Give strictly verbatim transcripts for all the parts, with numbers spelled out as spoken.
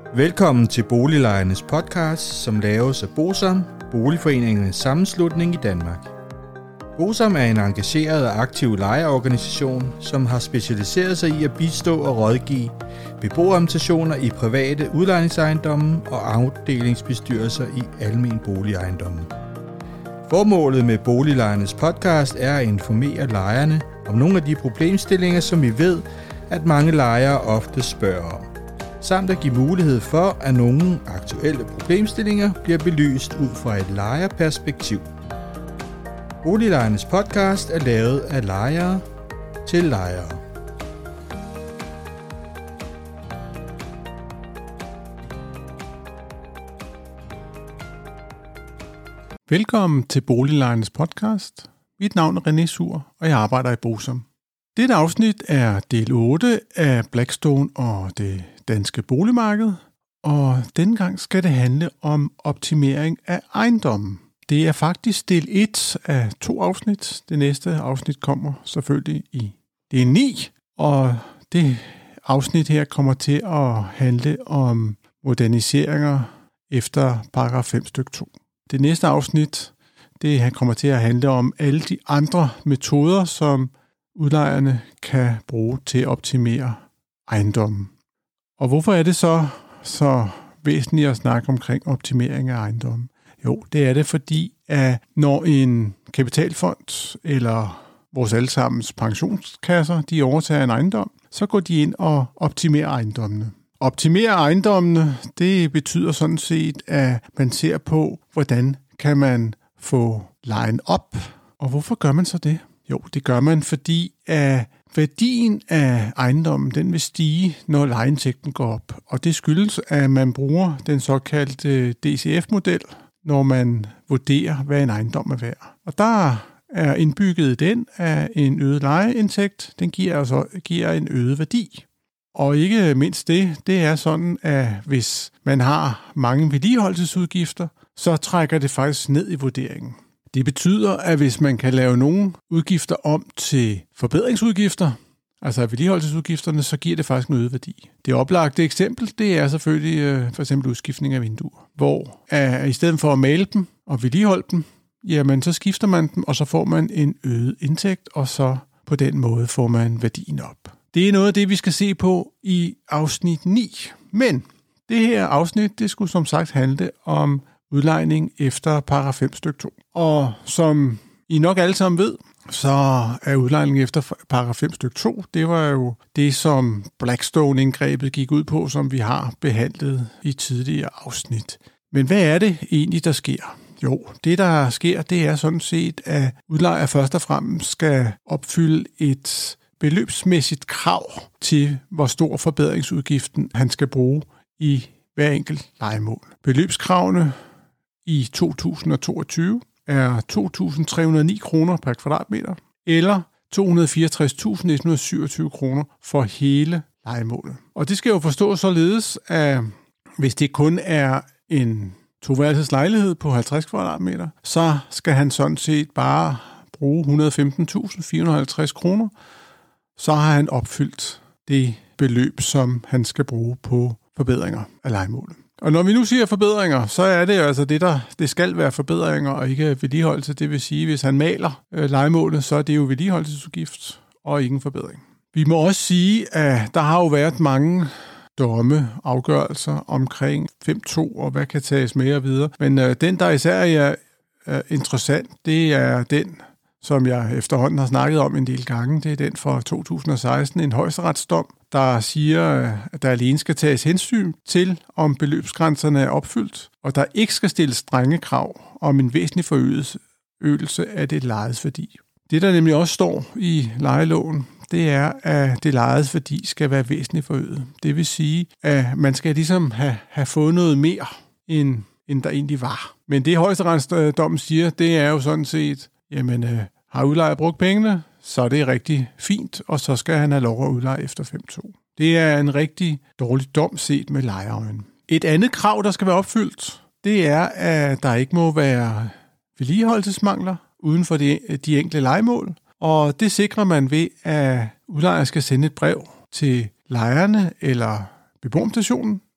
Velkommen til Boliglejernes podcast, som laves af BOSAM, Boligforeningernes Sammenslutning i Danmark. BOSAM er en engageret og aktiv lejerorganisation, som har specialiseret sig i at bistå og rådgive beboerrepræsentationer i private udlejningsejendomme og afdelingsbestyrelser i almen boligejendomme. Formålet med Boliglejernes podcast er at informere lejerne om nogle af de problemstillinger, som vi ved, at mange lejere ofte spørger om, samt at give mulighed for, at nogle aktuelle problemstillinger bliver belyst ud fra et lejerperspektiv. Boliglejernes podcast er lavet af lejere til lejere. Velkommen til Boliglejernes podcast. Mit navn er René Suhr, og jeg arbejder i BOSAM. Dette afsnit er del otte af Blackstone og det danske boligmarked, og denne gang skal det handle om optimering af ejendommen. Det er faktisk del et af to afsnit. Det næste afsnit kommer selvfølgelig i del ni, og det afsnit her kommer til at handle om moderniseringer efter paragraf fem stykke to. Det næste afsnit, det kommer til at handle om alle de andre metoder, som udlejerne kan bruge til at optimere ejendommen. Og hvorfor er det så så væsentligt at snakke omkring optimering af ejendommen? Jo, det er det, fordi at når en kapitalfond eller vores allesammens pensionskasser, de overtager en ejendom, så går de ind og optimerer ejendommene. Optimere ejendommene, det betyder sådan set, at man ser på, hvordan kan man få lejen op. Og hvorfor gør man så det? Jo, det gør man, fordi at værdien af ejendommen, den vil stige, når lejeindtægten går op. Og det skyldes, at man bruger den såkaldte D C F-model, når man vurderer, hvad en ejendom er værd. Og der er indbygget den, at en øget lejeindtægt, den giver altså giver en øget værdi. Og ikke mindst det, det er sådan, at hvis man har mange vedligeholdelsesudgifter, så trækker det faktisk ned i vurderingen. Det betyder, at hvis man kan lave nogle udgifter om til forbedringsudgifter, altså vedligeholdelsesudgifterne, så giver det faktisk en øget værdi. Det oplagte eksempel, det er selvfølgelig øh, for eksempel udskiftning af vinduer, hvor øh, i stedet for at male dem og vedligeholde dem, jamen så skifter man dem, og så får man en øget indtægt, og så på den måde får man værdien op. Det er noget af det, vi skal se på i afsnit ni. Men det her afsnit, det skulle som sagt handle om udlejning efter paragraf fem stykke to. Og som I nok alle sammen ved, så er udlejning efter paragraf fem stykke to, det var jo det, som Blackstone-indgrebet gik ud på, som vi har behandlet i tidligere afsnit. Men hvad er det egentlig, der sker? Jo, det der sker, det er sådan set, at udlejer først og fremmest skal opfylde et beløbsmæssigt krav til, hvor stor forbedringsudgiften han skal bruge i hver enkelt lejemål. Beløbskravene i to tusind og toogtyve er to tusind tre hundrede og ni kroner per kvadratmeter, eller to hundrede og fireogtres tusind et hundrede og syvogtyve kroner for hele lejemålet. Og det skal jo forstås således, at hvis det kun er en toværelses lejlighed på halvtreds kvadratmeter, så skal han sådan set bare bruge et hundrede og femten tusind fire hundrede og halvtreds kroner, så har han opfyldt det beløb, som han skal bruge på forbedringer af lejemålet. Og når vi nu siger forbedringer, så er det jo altså det, der det skal være forbedringer og ikke vedligeholdelse. Det vil sige, hvis han maler øh, lejemålet, så er det jo vedligeholdelsesudgift og ikke en forbedring. Vi må også sige, at der har jo været mange domme, afgørelser omkring fem to og hvad kan tages med og videre. Men øh, den, der især er øh, interessant, det er den, som jeg efterhånden har snakket om en del gange. Det er den fra to tusind og seksten, en højesteretsdom, der siger, at der alene skal tages hensyn til, om beløbsgrænserne er opfyldt, og der ikke skal stilles strenge krav om en væsentlig forøgelse af det lejedes værdi. Det, der nemlig også står i lejeloven, det er, at det lejedes værdi skal være væsentligt forøget. Det vil sige, at man skal ligesom have, have fået noget mere, end, end der egentlig var. Men det højesteretsdommen siger, det er jo sådan set, jamen øh, har udlejer brugt pengene, så er det rigtig fint, og så skal han have lov at udleje efter fem to. Det er en rigtig dårlig dom set med lejerøjne. Et andet krav, der skal være opfyldt, det er, at der ikke må være vedligeholdelsesmangler uden for de, de enkelte lejemål, og det sikrer man ved, at udlejer skal sende et brev til lejerne eller beboerstationen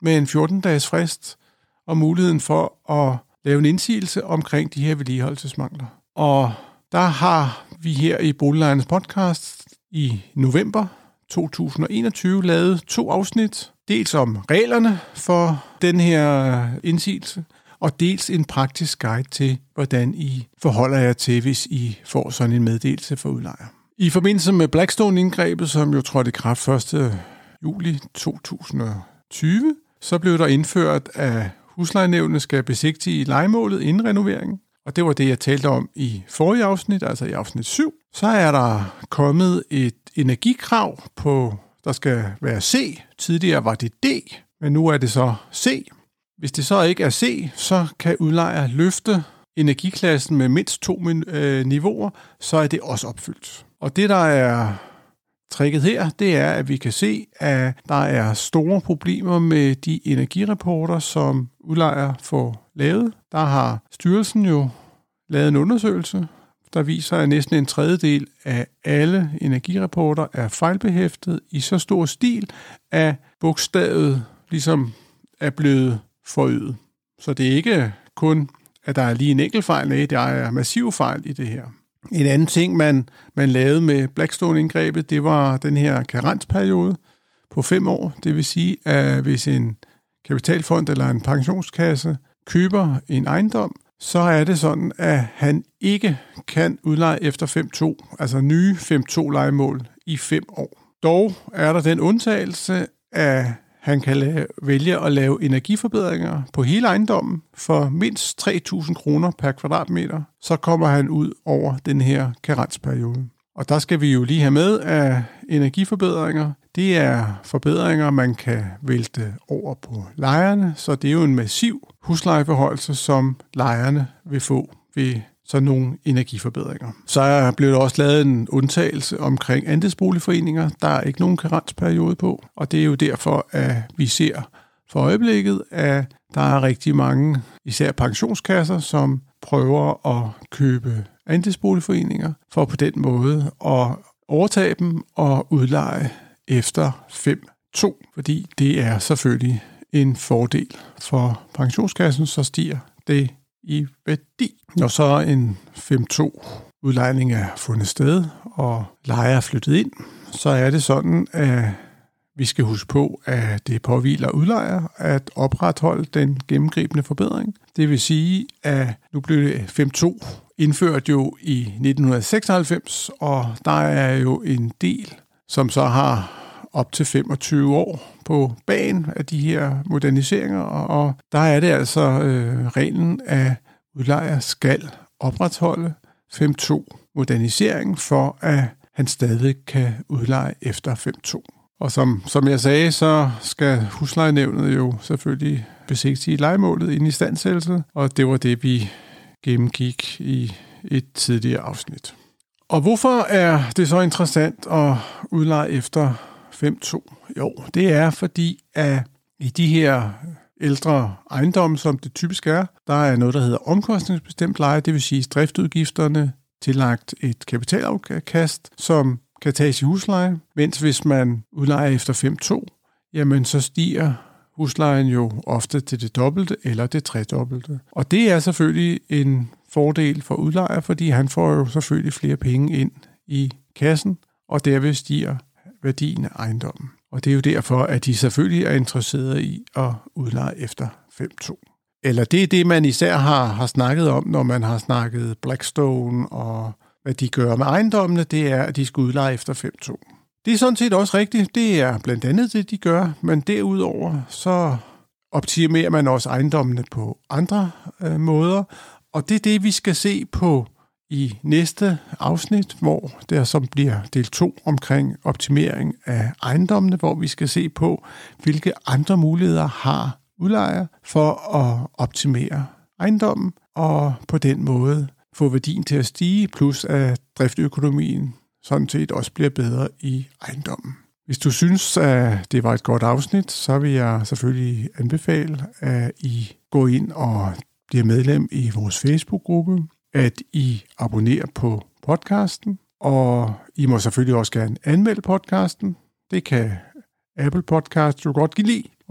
med en fjorten-dages frist og muligheden for at lave en indsigelse omkring de her vedligeholdelsesmangler. Og der har vi her i Boliglejernes podcast i november to tusind og enogtyve lavet to afsnit. Dels om reglerne for den her indsigelse, og dels en praktisk guide til, hvordan I forholder jer til, hvis I får sådan en meddelelse fra udlejer. I forbindelse med Blackstone-indgrebet, som jo trådte i kraft første juli to tusind og tyve, så blev der indført, at huslejenævnene skal besigtige lejemålet inden renoveringen. Og det var det, jeg talte om i forrige afsnit, altså i afsnit syv. Så er der kommet et energikrav på, der skal være C. Tidligere var det D, men nu er det så C. Hvis det så ikke er C, så kan udlejer løfte energiklassen med mindst to niveauer, så er det også opfyldt. Og det, der er tricket her, det er, at vi kan se, at der er store problemer med de energirapporter, som udlejer får lavet. Der har styrelsen jo lavet en undersøgelse, der viser, at næsten en tredjedel af alle energirapporter er fejlbehæftet i så stor stil, at bogstavet ligesom er blevet forøget. Så det er ikke kun, at der er lige en enkelt fejl, nej, der er massive fejl i det her. En anden ting, man, man lavede med Blackstone-indgrebet, det var den her karensperiode på fem år. Det vil sige, at hvis en kapitalfond eller en pensionskasse køber en ejendom, så er det sådan, at han ikke kan udleje efter fem to, altså nye fem to lejemål i fem år. Dog er der den undtagelse, at han kan lave, vælge at lave energiforbedringer på hele ejendommen for mindst tre tusind kroner per kvadratmeter. Så kommer han ud over den her karensperiode. Og der skal vi jo lige have med, at energiforbedringer, det er forbedringer, man kan vælte over på lejerne. Så det er jo en massiv huslejeforhøjelse, som lejerne vil få ved sådan nogle energiforbedringer. Så er blevet også lavet en undtagelse omkring andelsboligforeninger. Der er ikke nogen karensperiode på, og det er jo derfor, at vi ser for øjeblikket, at der er rigtig mange, især pensionskasser, som prøver at købe andelsboligforeninger for på den måde at overtage dem og udleje efter fem to, fordi det er selvfølgelig en fordel for pensionskassen, så stiger det i værdi. Når så en fem to udlejning er fundet sted, og lejer er flyttet ind, så er det sådan, at vi skal huske på, at det påhviler udlejer at opretholde den gennemgribende forbedring. Det vil sige, at nu blev fem to indført jo i nitten seksoghalvfems, og der er jo en del, som så har op til femogtyve år på bagen af de her moderniseringer, og der er det altså øh, reglen, at udlejer skal opretholde fem to modernisering, for at han stadig kan udleje efter fem to. Og som, som jeg sagde, så skal huslejenævnet jo selvfølgelig besigtige lejemålet inden istandsættelse, og det var det, vi gennemgik i et tidligere afsnit. Og hvorfor er det så interessant at udleje efter fem to? Jo, det er fordi, at i de her ældre ejendomme, som det typisk er, der er noget, der hedder omkostningsbestemt leje, det vil sige driftsudgifterne tillagt et kapitalafkast, som kan tages i husleje, mens hvis man udlejer efter fem to, jamen så stiger huslejen jo ofte til det dobbelte eller det tredobbelte. Og det er selvfølgelig en fordel for udlejer, fordi han får jo selvfølgelig flere penge ind i kassen, og derved stiger værdien af ejendommen. Og det er jo derfor, at de selvfølgelig er interesserede i at udleje efter fem to. Eller det er det, man især har, har snakket om, når man har snakket Blackstone, og hvad de gør med ejendommene, det er, at de skal udleje efter fem to. Det er sådan set også rigtigt. Det er blandt andet det, de gør, men derudover så optimerer man også ejendommene på andre øh, måder, og det er det, vi skal se på i næste afsnit, hvor der som bliver del to omkring optimering af ejendommene, hvor vi skal se på, hvilke andre muligheder har udlejer for at optimere ejendommen, og på den måde få værdien til at stige, plus at driftøkonomien sådan set også bliver bedre i ejendommen. Hvis du synes, at det var et godt afsnit, så vil jeg selvfølgelig anbefale, at I går ind og bliver medlem i vores Facebook-gruppe, at I abonnerer på podcasten, og I må selvfølgelig også gerne anmelde podcasten. Det kan Apple Podcast jo godt give lide, og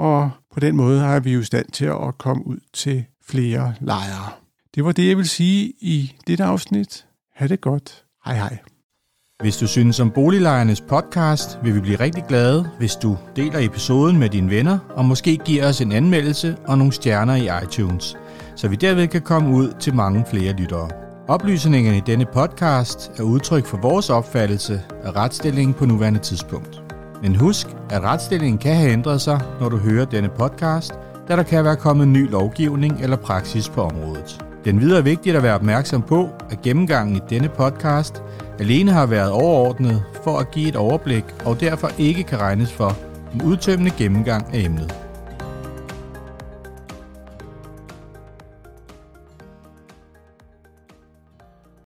På den måde er vi jo i stand til at komme ud til flere lejere. Det var det, jeg vil sige i dette afsnit. Ha' det godt. Hej hej. Hvis du synes om Boliglejernes podcast, vil vi blive rigtig glade, hvis du deler episoden med dine venner, og måske giver os en anmeldelse og nogle stjerner i iTunes, så vi derved kan komme ud til mange flere lyttere. Oplysningerne i denne podcast er udtryk for vores opfattelse af retsstillingen på nuværende tidspunkt. Men husk, at retsstillingen kan have ændret sig, når du hører denne podcast, da der kan være kommet ny lovgivning eller praksis på området. Den videre er vigtigt at være opmærksom på, at gennemgangen i denne podcast alene har været overordnet for at give et overblik og derfor ikke kan regnes for en udtømmende gennemgang af emnet.